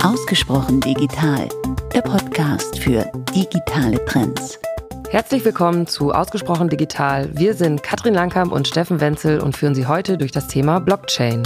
Ausgesprochen digital, der Podcast für digitale Trends. Herzlich willkommen zu Ausgesprochen digital. Wir sind Katrin Langkamp und Steffen Wenzel und führen Sie heute durch das Thema Blockchain.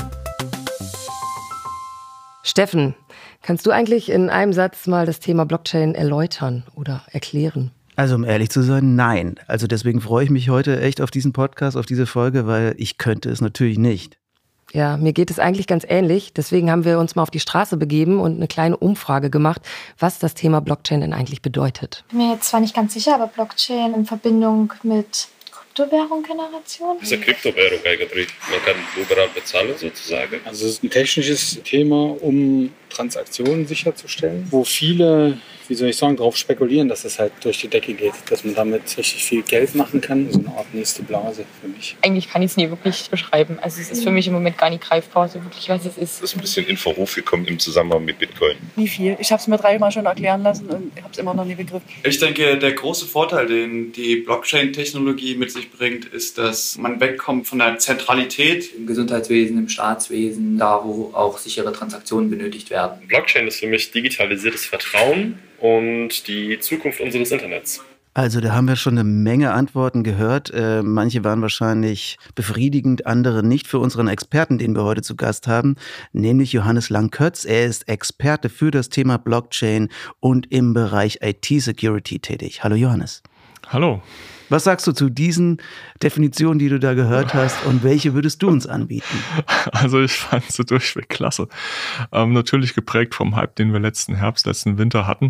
Steffen, kannst du eigentlich in einem Satz mal das Thema Blockchain erläutern oder erklären? Also um ehrlich zu sein, nein. Also deswegen freue ich mich heute echt auf diesen Podcast, auf diese Folge, weil ich könnte es natürlich nicht. Ja, mir geht es eigentlich ganz ähnlich. Deswegen haben wir uns mal auf die Straße begeben und eine kleine Umfrage gemacht, was das Thema Blockchain denn eigentlich bedeutet. Ich bin mir jetzt zwar nicht ganz sicher, aber Blockchain in Verbindung mit Kryptowährung-Generation? Das ist eine Kryptowährung eigentlich. Man kann überall bezahlen sozusagen. Also es ist ein technisches Thema, um Transaktionen sicherzustellen, wo viele, wie soll ich sagen, darauf spekulieren, dass es halt durch die Decke geht, dass man damit richtig viel Geld machen kann. So eine Art nächste Blase für mich. Eigentlich kann ich es nie wirklich beschreiben. Also es ist für mich im Moment gar nicht greifbar, so wirklich, was es ist. Das ist ein bisschen in Verruf gekommen im Zusammenhang mit Bitcoin. Wie viel? Ich habe es mir 3-mal schon erklären lassen und habe es immer noch nie begriffen. Ich denke, der große Vorteil, den die Blockchain-Technologie mit sich bringt, ist, dass man wegkommt von der Zentralität. Im Gesundheitswesen, im Staatswesen, da wo auch sichere Transaktionen benötigt werden. Blockchain ist für mich digitalisiertes Vertrauen und die Zukunft unseres Internets. Also da haben wir schon eine Menge Antworten gehört. Manche waren wahrscheinlich befriedigend, andere nicht für unseren Experten, den wir heute zu Gast haben, nämlich Johannes Lang-Kötz. Er ist Experte für das Thema Blockchain und im Bereich IT-Security tätig. Hallo Johannes. Hallo. Was sagst du zu diesen Definitionen, die du da gehört hast, und welche würdest du uns anbieten? Also ich fand sie durchweg klasse. Natürlich geprägt vom Hype, den wir letzten Winter hatten.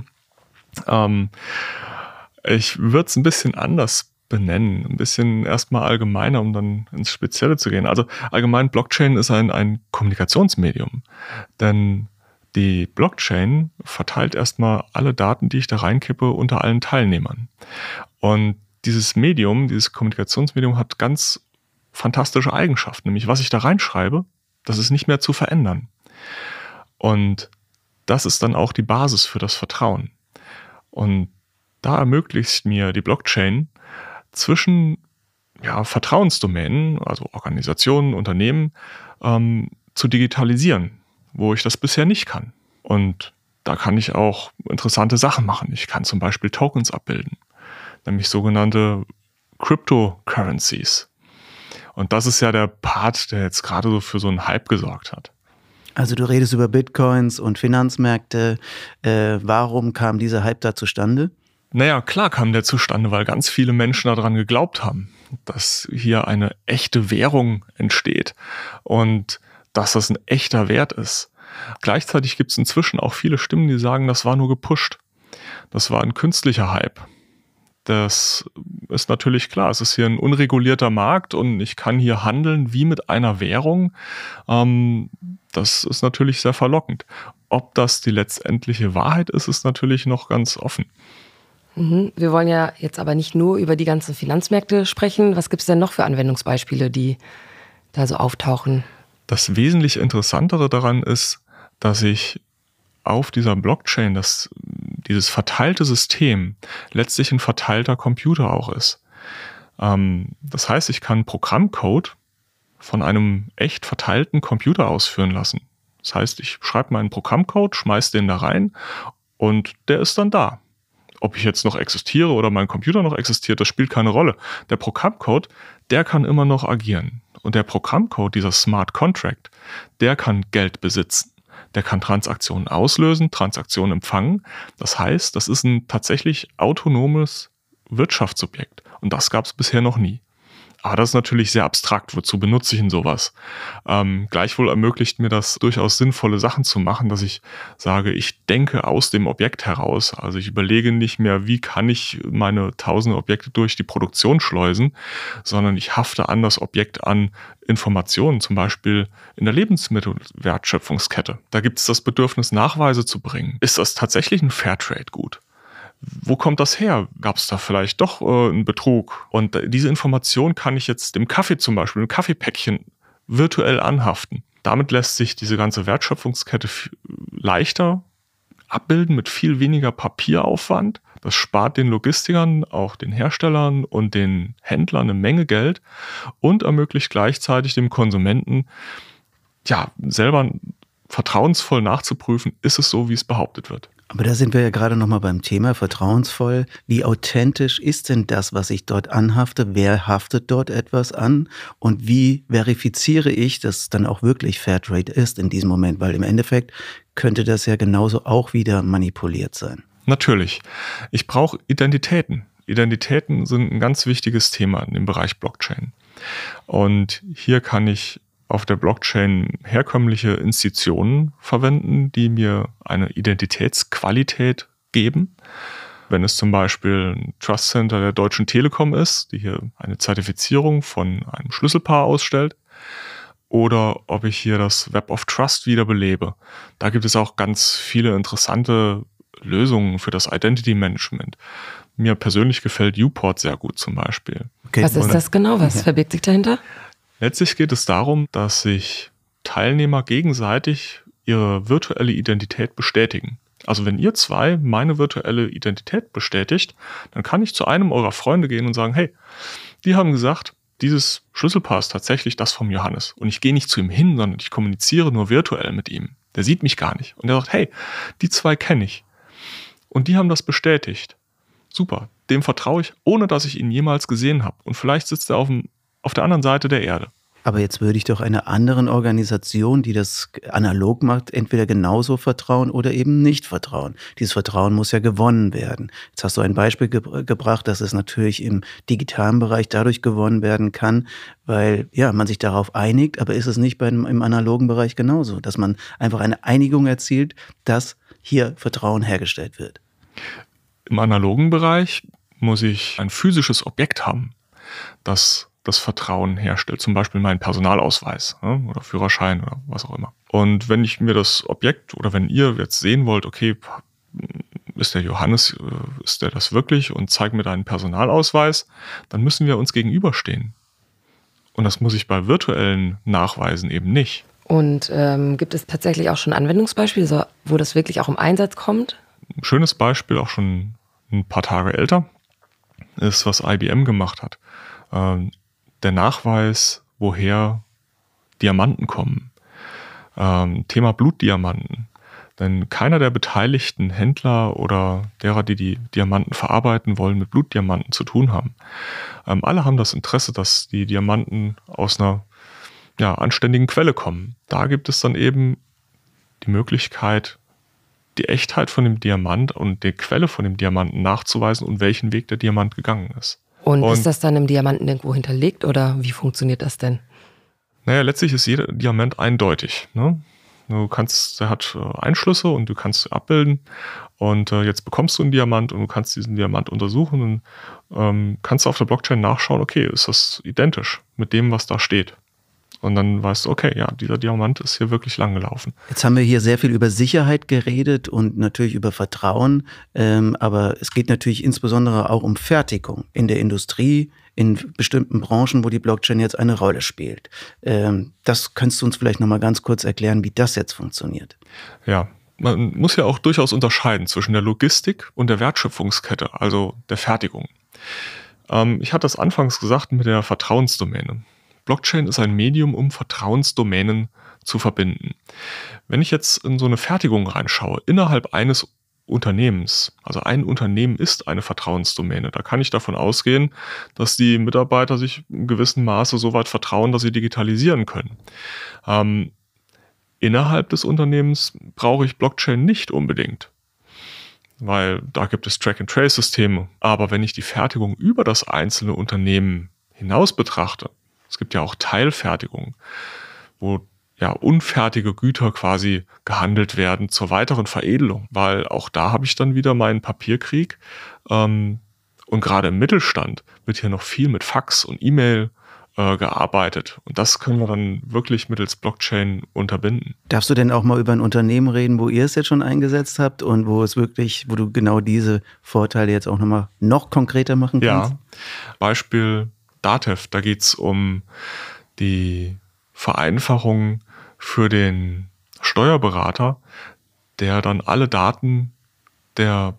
Ich würde es ein bisschen anders benennen, ein bisschen erstmal allgemeiner, um dann ins Spezielle zu gehen. Also allgemein, Blockchain ist ein Kommunikationsmedium, denn die Blockchain verteilt erstmal alle Daten, die ich da reinkippe, unter allen Teilnehmern. Und dieses Medium, dieses Kommunikationsmedium hat ganz fantastische Eigenschaften, nämlich was ich da reinschreibe, das ist nicht mehr zu verändern. Und das ist dann auch die Basis für das Vertrauen. Und da ermöglicht mir die Blockchain zwischen Vertrauensdomänen, also Organisationen, Unternehmen, zu digitalisieren, wo ich das bisher nicht kann. Und da kann ich auch interessante Sachen machen. Ich kann zum Beispiel Tokens abbilden, nämlich sogenannte Cryptocurrencies. Und das ist ja der Part, der jetzt gerade so für so einen Hype gesorgt hat. Also du redest über Bitcoins und Finanzmärkte. Warum kam dieser Hype da zustande? Naja, klar kam der zustande, weil ganz viele Menschen daran geglaubt haben, dass hier eine echte Währung entsteht und dass das ein echter Wert ist. Gleichzeitig gibt es inzwischen auch viele Stimmen, die sagen, das war nur gepusht. Das war ein künstlicher Hype. Das ist natürlich klar, es ist hier ein unregulierter Markt und ich kann hier handeln wie mit einer Währung. Das ist natürlich sehr verlockend. Ob das die letztendliche Wahrheit ist, ist natürlich noch ganz offen. Wir wollen ja jetzt aber nicht nur über die ganzen Finanzmärkte sprechen. Was gibt es denn noch für Anwendungsbeispiele, die da so auftauchen? Das wesentlich Interessantere daran ist, dass ich auf dieser Blockchain, dass dieses verteilte System letztlich ein verteilter Computer auch ist. Das heißt, ich kann Programmcode von einem echt verteilten Computer ausführen lassen. Das heißt, ich schreibe meinen Programmcode, schmeiße den da rein und der ist dann da. Ob ich jetzt noch existiere oder mein Computer noch existiert, das spielt keine Rolle. Der Programmcode, der kann immer noch agieren. Und der Programmcode, dieser Smart Contract, der kann Geld besitzen. Der kann Transaktionen auslösen, Transaktionen empfangen. Das heißt, das ist ein tatsächlich autonomes Wirtschaftsobjekt. Und das gab es bisher noch nie. Aber das ist natürlich sehr abstrakt. Wozu benutze ich denn sowas? Gleichwohl ermöglicht mir das durchaus sinnvolle Sachen zu machen, dass ich sage, ich denke aus dem Objekt heraus. Also ich überlege nicht mehr, wie kann ich meine tausende Objekte durch die Produktion schleusen, sondern ich hafte an das Objekt an Informationen, zum Beispiel in der Lebensmittelwertschöpfungskette. Da gibt es das Bedürfnis, Nachweise zu bringen. Ist das tatsächlich ein Fairtrade-Gut? Wo kommt das her? Gab es da vielleicht doch einen Betrug? Und diese Information kann ich jetzt dem Kaffee zum Beispiel, dem Kaffeepäckchen virtuell anhaften. Damit lässt sich diese ganze Wertschöpfungskette leichter abbilden mit viel weniger Papieraufwand. Das spart den Logistikern, auch den Herstellern und den Händlern eine Menge Geld und ermöglicht gleichzeitig dem Konsumenten selber vertrauensvoll nachzuprüfen, ist es so, wie es behauptet wird. Aber da sind wir ja gerade nochmal beim Thema vertrauensvoll. Wie authentisch ist denn das, was ich dort anhafte? Wer haftet dort etwas an? Und wie verifiziere ich, dass es dann auch wirklich Fairtrade ist in diesem Moment? Weil im Endeffekt könnte das ja genauso auch wieder manipuliert sein. Natürlich. Ich brauche Identitäten. Identitäten sind ein ganz wichtiges Thema in dem Bereich Blockchain. Und hier kann ich auf der Blockchain herkömmliche Institutionen verwenden, die mir eine Identitätsqualität geben. Wenn es zum Beispiel ein Trust Center der Deutschen Telekom ist, die hier eine Zertifizierung von einem Schlüsselpaar ausstellt, oder ob ich hier das Web of Trust wiederbelebe. Da gibt es auch ganz viele interessante Lösungen für das Identity Management. Mir persönlich gefällt Uport sehr gut zum Beispiel. Okay. Was ist das genau? Was verbirgt sich dahinter? Letztlich geht es darum, dass sich Teilnehmer gegenseitig ihre virtuelle Identität bestätigen. Also wenn ihr zwei meine virtuelle Identität bestätigt, dann kann ich zu einem eurer Freunde gehen und sagen, hey, die haben gesagt, dieses Schlüsselpaar ist tatsächlich das vom Johannes. Und ich gehe nicht zu ihm hin, sondern ich kommuniziere nur virtuell mit ihm. Der sieht mich gar nicht. Und er sagt, hey, die zwei kenne ich. Und die haben das bestätigt. Super, dem vertraue ich, ohne dass ich ihn jemals gesehen habe. Und vielleicht sitzt er auf der anderen Seite der Erde. Aber jetzt würde ich doch einer anderen Organisation, die das analog macht, entweder genauso vertrauen oder eben nicht vertrauen. Dieses Vertrauen muss ja gewonnen werden. Jetzt hast du ein Beispiel gebracht, dass es natürlich im digitalen Bereich dadurch gewonnen werden kann, weil ja man sich darauf einigt, aber ist es nicht im analogen Bereich genauso, dass man einfach eine Einigung erzielt, dass hier Vertrauen hergestellt wird? Im analogen Bereich muss ich ein physisches Objekt haben, das das Vertrauen herstellt, zum Beispiel meinen Personalausweis oder Führerschein oder was auch immer. Und wenn ich mir das Objekt oder wenn ihr jetzt sehen wollt, okay, ist der Johannes, ist der das wirklich und zeig mir deinen Personalausweis, dann müssen wir uns gegenüberstehen. Und das muss ich bei virtuellen Nachweisen eben nicht. Und gibt es tatsächlich auch schon Anwendungsbeispiele, wo das wirklich auch im Einsatz kommt? Ein schönes Beispiel, auch schon ein paar Tage älter, ist, was IBM gemacht hat. Der Nachweis, woher Diamanten kommen. Thema Blutdiamanten. Denn keiner der beteiligten Händler oder derer, die die Diamanten verarbeiten wollen, mit Blutdiamanten zu tun haben. Alle haben das Interesse, dass die Diamanten aus einer anständigen Quelle kommen. Da gibt es dann eben die Möglichkeit, die Echtheit von dem Diamant und die Quelle von dem Diamanten nachzuweisen und welchen Weg der Diamant gegangen ist. Und ist das dann im Diamanten irgendwo hinterlegt oder wie funktioniert das denn? Naja, letztlich ist jeder Diamant eindeutig. Ne? Der hat Einschlüsse und du kannst abbilden. Und jetzt bekommst du einen Diamant und du kannst diesen Diamant untersuchen und kannst auf der Blockchain nachschauen, okay, ist das identisch mit dem, was da steht? Und dann weißt du, okay, ja, dieser Diamant ist hier wirklich lang gelaufen. Jetzt haben wir hier sehr viel über Sicherheit geredet und natürlich über Vertrauen, aber es geht natürlich insbesondere auch um Fertigung in der Industrie, in bestimmten Branchen, wo die Blockchain jetzt eine Rolle spielt. Das könntest du uns vielleicht nochmal ganz kurz erklären, wie das jetzt funktioniert. Ja, man muss ja auch durchaus unterscheiden zwischen der Logistik und der Wertschöpfungskette, also der Fertigung. Ich hatte das anfangs gesagt mit der Vertrauensdomäne. Blockchain ist ein Medium, um Vertrauensdomänen zu verbinden. Wenn ich jetzt in so eine Fertigung reinschaue, innerhalb eines Unternehmens, also ein Unternehmen ist eine Vertrauensdomäne, da kann ich davon ausgehen, dass die Mitarbeiter sich in gewissem Maße so weit vertrauen, dass sie digitalisieren können. Innerhalb des Unternehmens brauche ich Blockchain nicht unbedingt, weil da gibt es Track-and-Trace-Systeme. Aber wenn ich die Fertigung über das einzelne Unternehmen hinaus betrachte, es gibt ja auch Teilfertigungen, wo unfertige Güter quasi gehandelt werden zur weiteren Veredelung, weil auch da habe ich dann wieder meinen Papierkrieg. Und gerade im Mittelstand wird hier noch viel mit Fax und E-Mail gearbeitet. Und das können wir dann wirklich mittels Blockchain unterbinden. Darfst du denn auch mal über ein Unternehmen reden, wo ihr es jetzt schon eingesetzt habt und wo du genau diese Vorteile jetzt auch noch konkreter machen kannst? Ja, Beispiel Datev, da geht es um die Vereinfachung für den Steuerberater, der dann alle Daten der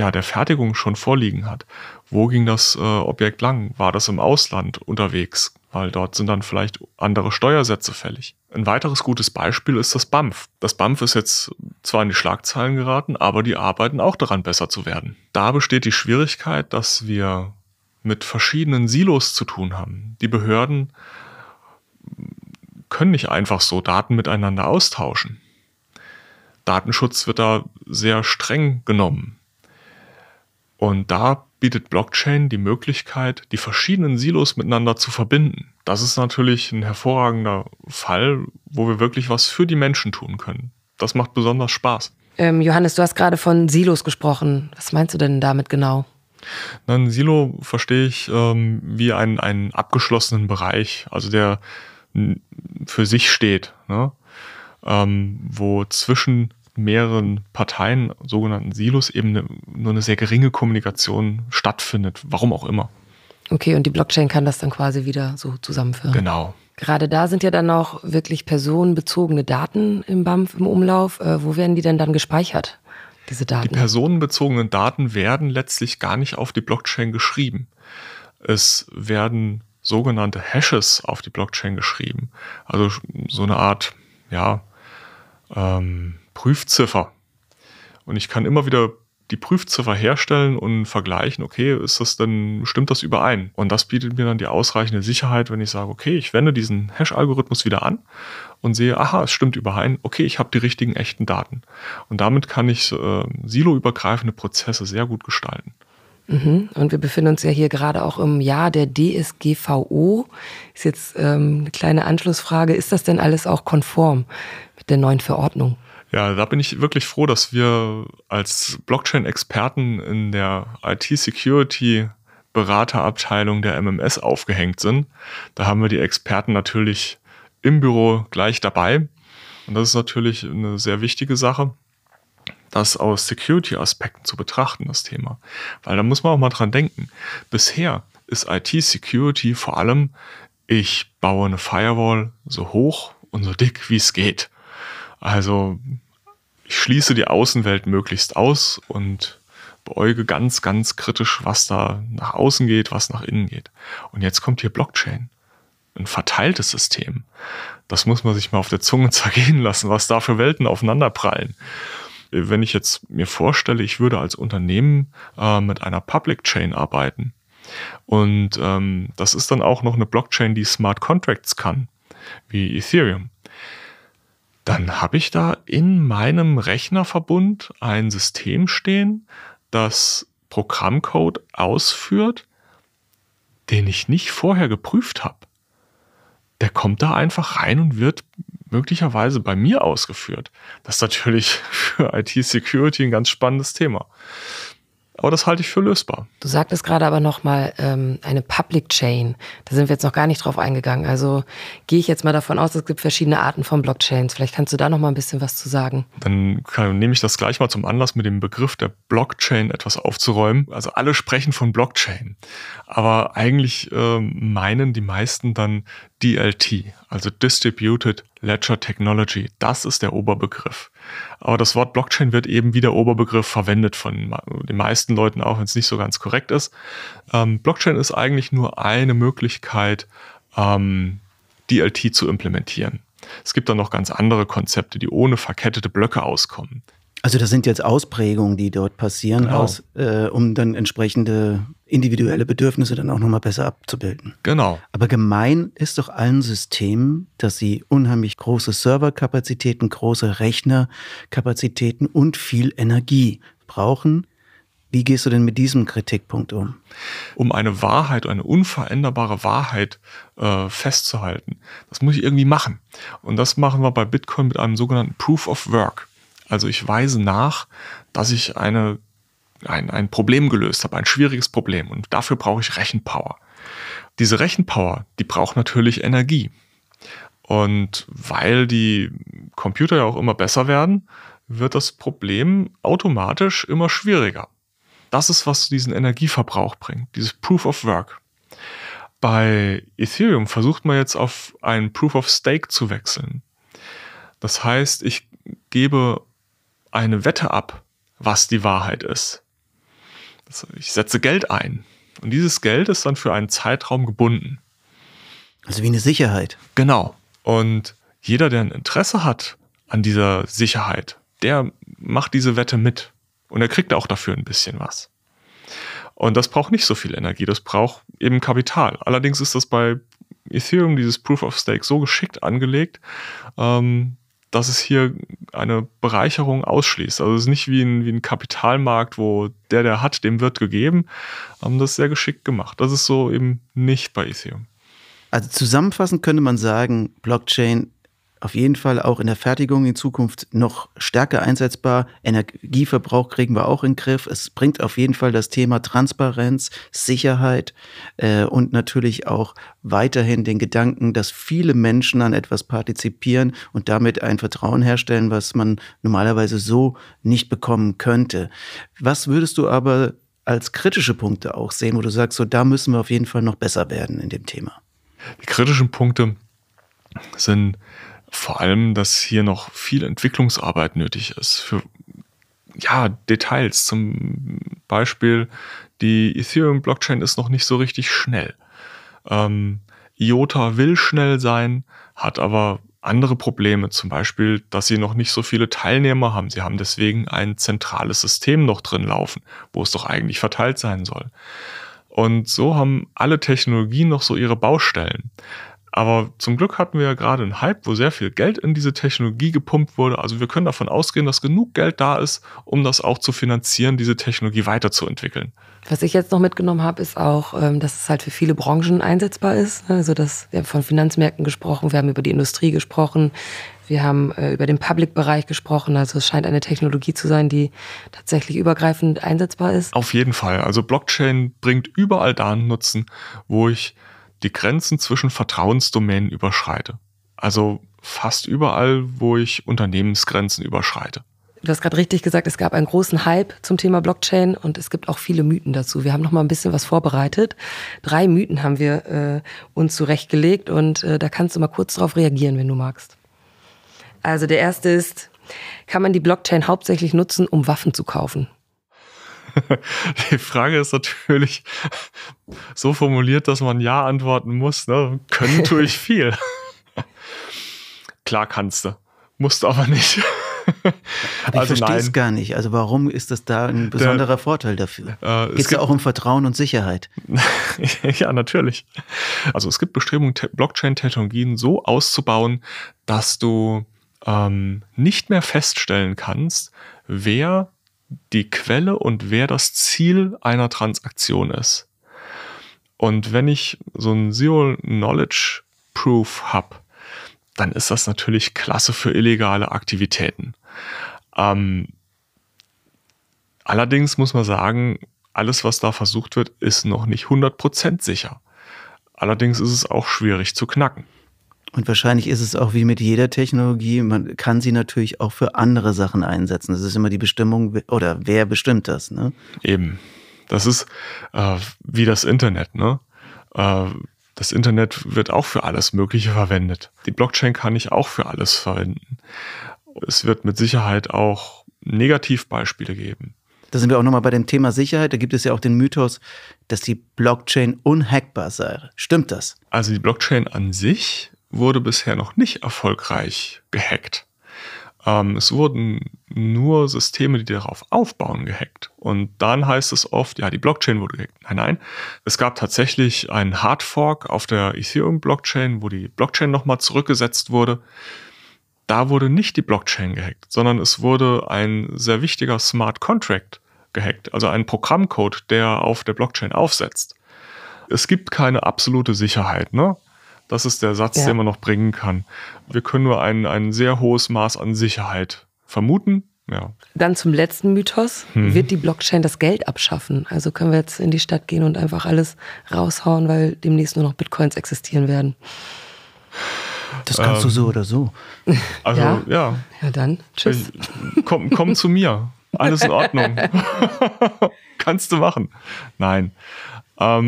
Fertigung schon vorliegen hat. Wo ging das Objekt lang? War das im Ausland unterwegs? weil dort sind dann vielleicht andere Steuersätze fällig. Ein weiteres gutes Beispiel ist das BAMF. Das BAMF ist jetzt zwar in die Schlagzeilen geraten, aber die arbeiten auch daran, besser zu werden. Da besteht die Schwierigkeit, dass wir mit verschiedenen Silos zu tun haben. Die Behörden können nicht einfach so Daten miteinander austauschen. Datenschutz wird da sehr streng genommen. Und da bietet Blockchain die Möglichkeit, die verschiedenen Silos miteinander zu verbinden. Das ist natürlich ein hervorragender Fall, wo wir wirklich was für die Menschen tun können. Das macht besonders Spaß. Johannes, du hast gerade von Silos gesprochen. Was meinst du denn damit genau? Ein Silo verstehe ich wie einen abgeschlossenen Bereich, also der für sich steht, ne? Wo zwischen mehreren Parteien, sogenannten Silos, eben nur eine sehr geringe Kommunikation stattfindet, warum auch immer. Okay, und die Blockchain kann das dann quasi wieder so zusammenführen. Genau. Gerade da sind ja dann auch wirklich personenbezogene Daten im BAMF im Umlauf. Wo werden die denn dann gespeichert, diese Daten? Die personenbezogenen Daten werden letztlich gar nicht auf die Blockchain geschrieben. Es werden sogenannte Hashes auf die Blockchain geschrieben. Also so eine Art, Prüfziffer. Und ich kann immer wieder die Prüfziffer herstellen und vergleichen, okay, stimmt das überein? Und das bietet mir dann die ausreichende Sicherheit, wenn ich sage, okay, ich wende diesen Hash-Algorithmus wieder an und sehe, aha, es stimmt überein, okay, ich habe die richtigen, echten Daten. Und damit kann ich siloübergreifende Prozesse sehr gut gestalten. Und wir befinden uns ja hier gerade auch im Jahr der DSGVO. Ist jetzt eine kleine Anschlussfrage, ist das denn alles auch konform mit der neuen Verordnung? Ja, da bin ich wirklich froh, dass wir als Blockchain-Experten in der IT-Security-Beraterabteilung der MMS aufgehängt sind. Da haben wir die Experten natürlich im Büro gleich dabei. Und das ist natürlich eine sehr wichtige Sache, das aus Security-Aspekten zu betrachten, das Thema. Weil da muss man auch mal dran denken. Bisher ist IT-Security vor allem, ich baue eine Firewall so hoch und so dick, wie es geht. Also ich schließe die Außenwelt möglichst aus und beäuge ganz, ganz kritisch, was da nach außen geht, was nach innen geht. Und jetzt kommt hier Blockchain. Ein verteiltes System. Das muss man sich mal auf der Zunge zergehen lassen, was da für Welten aufeinanderprallen. Wenn ich jetzt mir vorstelle, ich würde als Unternehmen mit einer Public Chain arbeiten und das ist dann auch noch eine Blockchain, die Smart Contracts kann, wie Ethereum, dann habe ich da in meinem Rechnerverbund ein System stehen, das Programmcode ausführt, den ich nicht vorher geprüft habe. Der kommt da einfach rein und wird möglicherweise bei mir ausgeführt. Das ist natürlich für IT-Security ein ganz spannendes Thema. Aber das halte ich für lösbar. Du sagtest gerade aber nochmal eine Public Chain. Da sind wir jetzt noch gar nicht drauf eingegangen. Also gehe ich jetzt mal davon aus, es gibt verschiedene Arten von Blockchains. Vielleicht kannst du da nochmal ein bisschen was zu sagen. Dann nehme ich das gleich mal zum Anlass, mit dem Begriff der Blockchain etwas aufzuräumen. Also alle sprechen von Blockchain. Aber eigentlich meinen die meisten dann DLT, also Distributed Ledger Technology. Das ist der Oberbegriff. Aber das Wort Blockchain wird eben wie der Oberbegriff verwendet von den meisten Leuten, auch wenn es nicht so ganz korrekt ist. Blockchain ist eigentlich nur eine Möglichkeit, DLT zu implementieren. Es gibt dann noch ganz andere Konzepte, die ohne verkettete Blöcke auskommen. Also das sind jetzt Ausprägungen, die dort passieren, Genau. Um dann entsprechende individuelle Bedürfnisse dann auch nochmal besser abzubilden. Genau. Aber gemein ist doch allen Systemen, dass sie unheimlich große Serverkapazitäten, große Rechnerkapazitäten und viel Energie brauchen. Wie gehst du denn mit diesem Kritikpunkt um? Um eine Wahrheit, eine unveränderbare Wahrheit festzuhalten, das muss ich irgendwie machen. Und das machen wir bei Bitcoin mit einem sogenannten Proof of Work. Also ich weise nach, dass ich ein Problem gelöst habe, ein schwieriges Problem. Und dafür brauche ich Rechenpower. Diese Rechenpower, die braucht natürlich Energie. Und weil die Computer ja auch immer besser werden, wird das Problem automatisch immer schwieriger. Das ist, was diesen Energieverbrauch bringt, dieses Proof of Work. Bei Ethereum versucht man jetzt auf ein Proof of Stake zu wechseln. Das heißt, ich gebe eine Wette ab, was die Wahrheit ist. Ich setze Geld ein und dieses Geld ist dann für einen Zeitraum gebunden. Also wie eine Sicherheit. Genau. Und jeder, der ein Interesse hat an dieser Sicherheit, der macht diese Wette mit. Und er kriegt auch dafür ein bisschen was. Und das braucht nicht so viel Energie, das braucht eben Kapital. Allerdings ist das bei Ethereum, dieses Proof of Stake, so geschickt angelegt, dass es hier eine Bereicherung ausschließt. Also es ist nicht wie ein Kapitalmarkt, wo der hat, dem wird gegeben. Das ist sehr geschickt gemacht. Das ist so eben nicht bei Ethereum. Also zusammenfassend könnte man sagen, Blockchain auf jeden Fall auch in der Fertigung in Zukunft noch stärker einsetzbar. Energieverbrauch kriegen wir auch in den Griff. Es bringt auf jeden Fall das Thema Transparenz, Sicherheit und natürlich auch weiterhin den Gedanken, dass viele Menschen an etwas partizipieren und damit ein Vertrauen herstellen, was man normalerweise so nicht bekommen könnte. Was würdest du aber als kritische Punkte auch sehen, wo du sagst, so da müssen wir auf jeden Fall noch besser werden in dem Thema? Die kritischen Punkte sind vor allem, dass hier noch viel Entwicklungsarbeit nötig ist für Details. Zum Beispiel die Ethereum-Blockchain ist noch nicht so richtig schnell. IOTA will schnell sein, hat aber andere Probleme. Zum Beispiel, dass sie noch nicht so viele Teilnehmer haben. Sie haben deswegen ein zentrales System noch drin laufen, wo es doch eigentlich verteilt sein soll. Und so haben alle Technologien noch so ihre Baustellen. Aber zum Glück hatten wir ja gerade einen Hype, wo sehr viel Geld in diese Technologie gepumpt wurde. Also wir können davon ausgehen, dass genug Geld da ist, um das auch zu finanzieren, diese Technologie weiterzuentwickeln. Was ich jetzt noch mitgenommen habe, ist auch, dass es halt für viele Branchen einsetzbar ist. Also wir haben von Finanzmärkten gesprochen, wir haben über die Industrie gesprochen, wir haben über den Public-Bereich gesprochen. Also es scheint eine Technologie zu sein, die tatsächlich übergreifend einsetzbar ist. Auf jeden Fall. Also Blockchain bringt überall da einen Nutzen, wo ich die Grenzen zwischen Vertrauensdomänen überschreite. Also fast überall, wo ich Unternehmensgrenzen überschreite. Du hast gerade richtig gesagt, es gab einen großen Hype zum Thema Blockchain und es gibt auch viele Mythen dazu. Wir haben noch mal ein bisschen was vorbereitet. 3 Mythen haben wir uns zurechtgelegt und da kannst du mal kurz drauf reagieren, wenn du magst. Also der erste ist, kann man die Blockchain hauptsächlich nutzen, um Waffen zu kaufen? Die Frage ist natürlich so formuliert, dass man ja antworten muss. Ne? Können tue ich viel. Klar kannst du, musst aber nicht. Aber ich verstehe es gar nicht. Also warum ist das da ein besonderer Vorteil dafür? Geht es ja auch um Vertrauen und Sicherheit? Ja, natürlich. Also es gibt Bestrebungen, Blockchain-Technologien so auszubauen, dass du nicht mehr feststellen kannst, wer die Quelle und wer das Ziel einer Transaktion ist. Und wenn ich so ein Zero-Knowledge-Proof habe, dann ist das natürlich klasse für illegale Aktivitäten. Allerdings muss man sagen, alles, was da versucht wird, ist noch nicht 100% sicher. Allerdings ist es auch schwierig zu knacken. Und wahrscheinlich ist es auch wie mit jeder Technologie, man kann sie natürlich auch für andere Sachen einsetzen. Das ist immer die Bestimmung, oder wer bestimmt das, ne? Eben. Das ist wie das Internet, ne? Das Internet wird auch für alles Mögliche verwendet. Die Blockchain kann ich auch für alles verwenden. Es wird mit Sicherheit auch Negativbeispiele geben. Da sind wir auch nochmal bei dem Thema Sicherheit. Da gibt es ja auch den Mythos, dass die Blockchain unhackbar sei. Stimmt das? Also die Blockchain an sich wurde bisher noch nicht erfolgreich gehackt. Es wurden nur Systeme, die darauf aufbauen, gehackt. Und dann heißt es oft, ja, die Blockchain wurde gehackt. Nein. Es gab tatsächlich einen Hardfork auf der Ethereum-Blockchain, wo die Blockchain nochmal zurückgesetzt wurde. Da wurde nicht die Blockchain gehackt, sondern es wurde ein sehr wichtiger Smart Contract gehackt, also ein Programmcode, der auf der Blockchain aufsetzt. Es gibt keine absolute Sicherheit, ne? Das ist der Satz, den man noch bringen kann. Wir können nur ein sehr hohes Maß an Sicherheit vermuten. Ja. Dann zum letzten Mythos. Wird die Blockchain das Geld abschaffen? Also können wir jetzt in die Stadt gehen und einfach alles raushauen, weil demnächst nur noch Bitcoins existieren werden? Das kannst du so oder so. Also, ja. Ja, dann tschüss. Komm zu mir. Alles in Ordnung. Kannst du machen. Nein.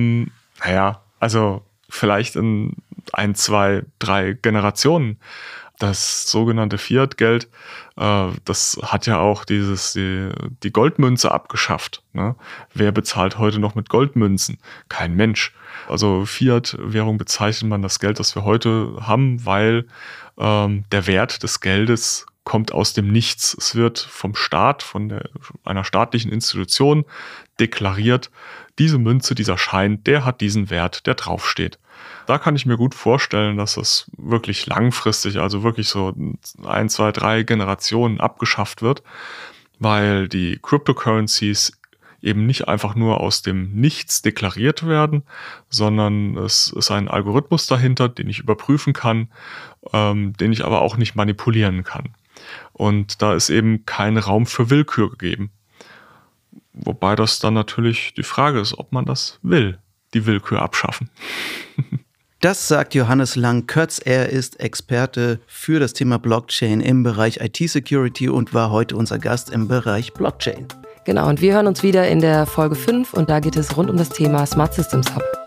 Also vielleicht in 1, 2, 3 Generationen. Das sogenannte Fiat-Geld, das hat ja auch die Goldmünze abgeschafft. Ne? Wer bezahlt heute noch mit Goldmünzen? Kein Mensch. Also Fiat-Währung bezeichnet man das Geld, das wir heute haben, weil der Wert des Geldes kommt aus dem Nichts. Es wird vom Staat, einer staatlichen Institution deklariert, diese Münze, dieser Schein, der hat diesen Wert, der draufsteht. Da kann ich mir gut vorstellen, dass das wirklich langfristig, also wirklich so 1, 2, 3 Generationen abgeschafft wird, weil die Cryptocurrencies eben nicht einfach nur aus dem Nichts deklariert werden, sondern es ist ein Algorithmus dahinter, den ich überprüfen kann, den ich aber auch nicht manipulieren kann. Und da ist eben kein Raum für Willkür gegeben. Wobei das dann natürlich die Frage ist, ob man das will, die Willkür abschaffen. Das sagt Johannes Lang-Kötz. Er ist Experte für das Thema Blockchain im Bereich IT-Security und war heute unser Gast im Bereich Blockchain. Genau, und wir hören uns wieder in der Folge 5 und da geht es rund um das Thema Smart Systems Hub.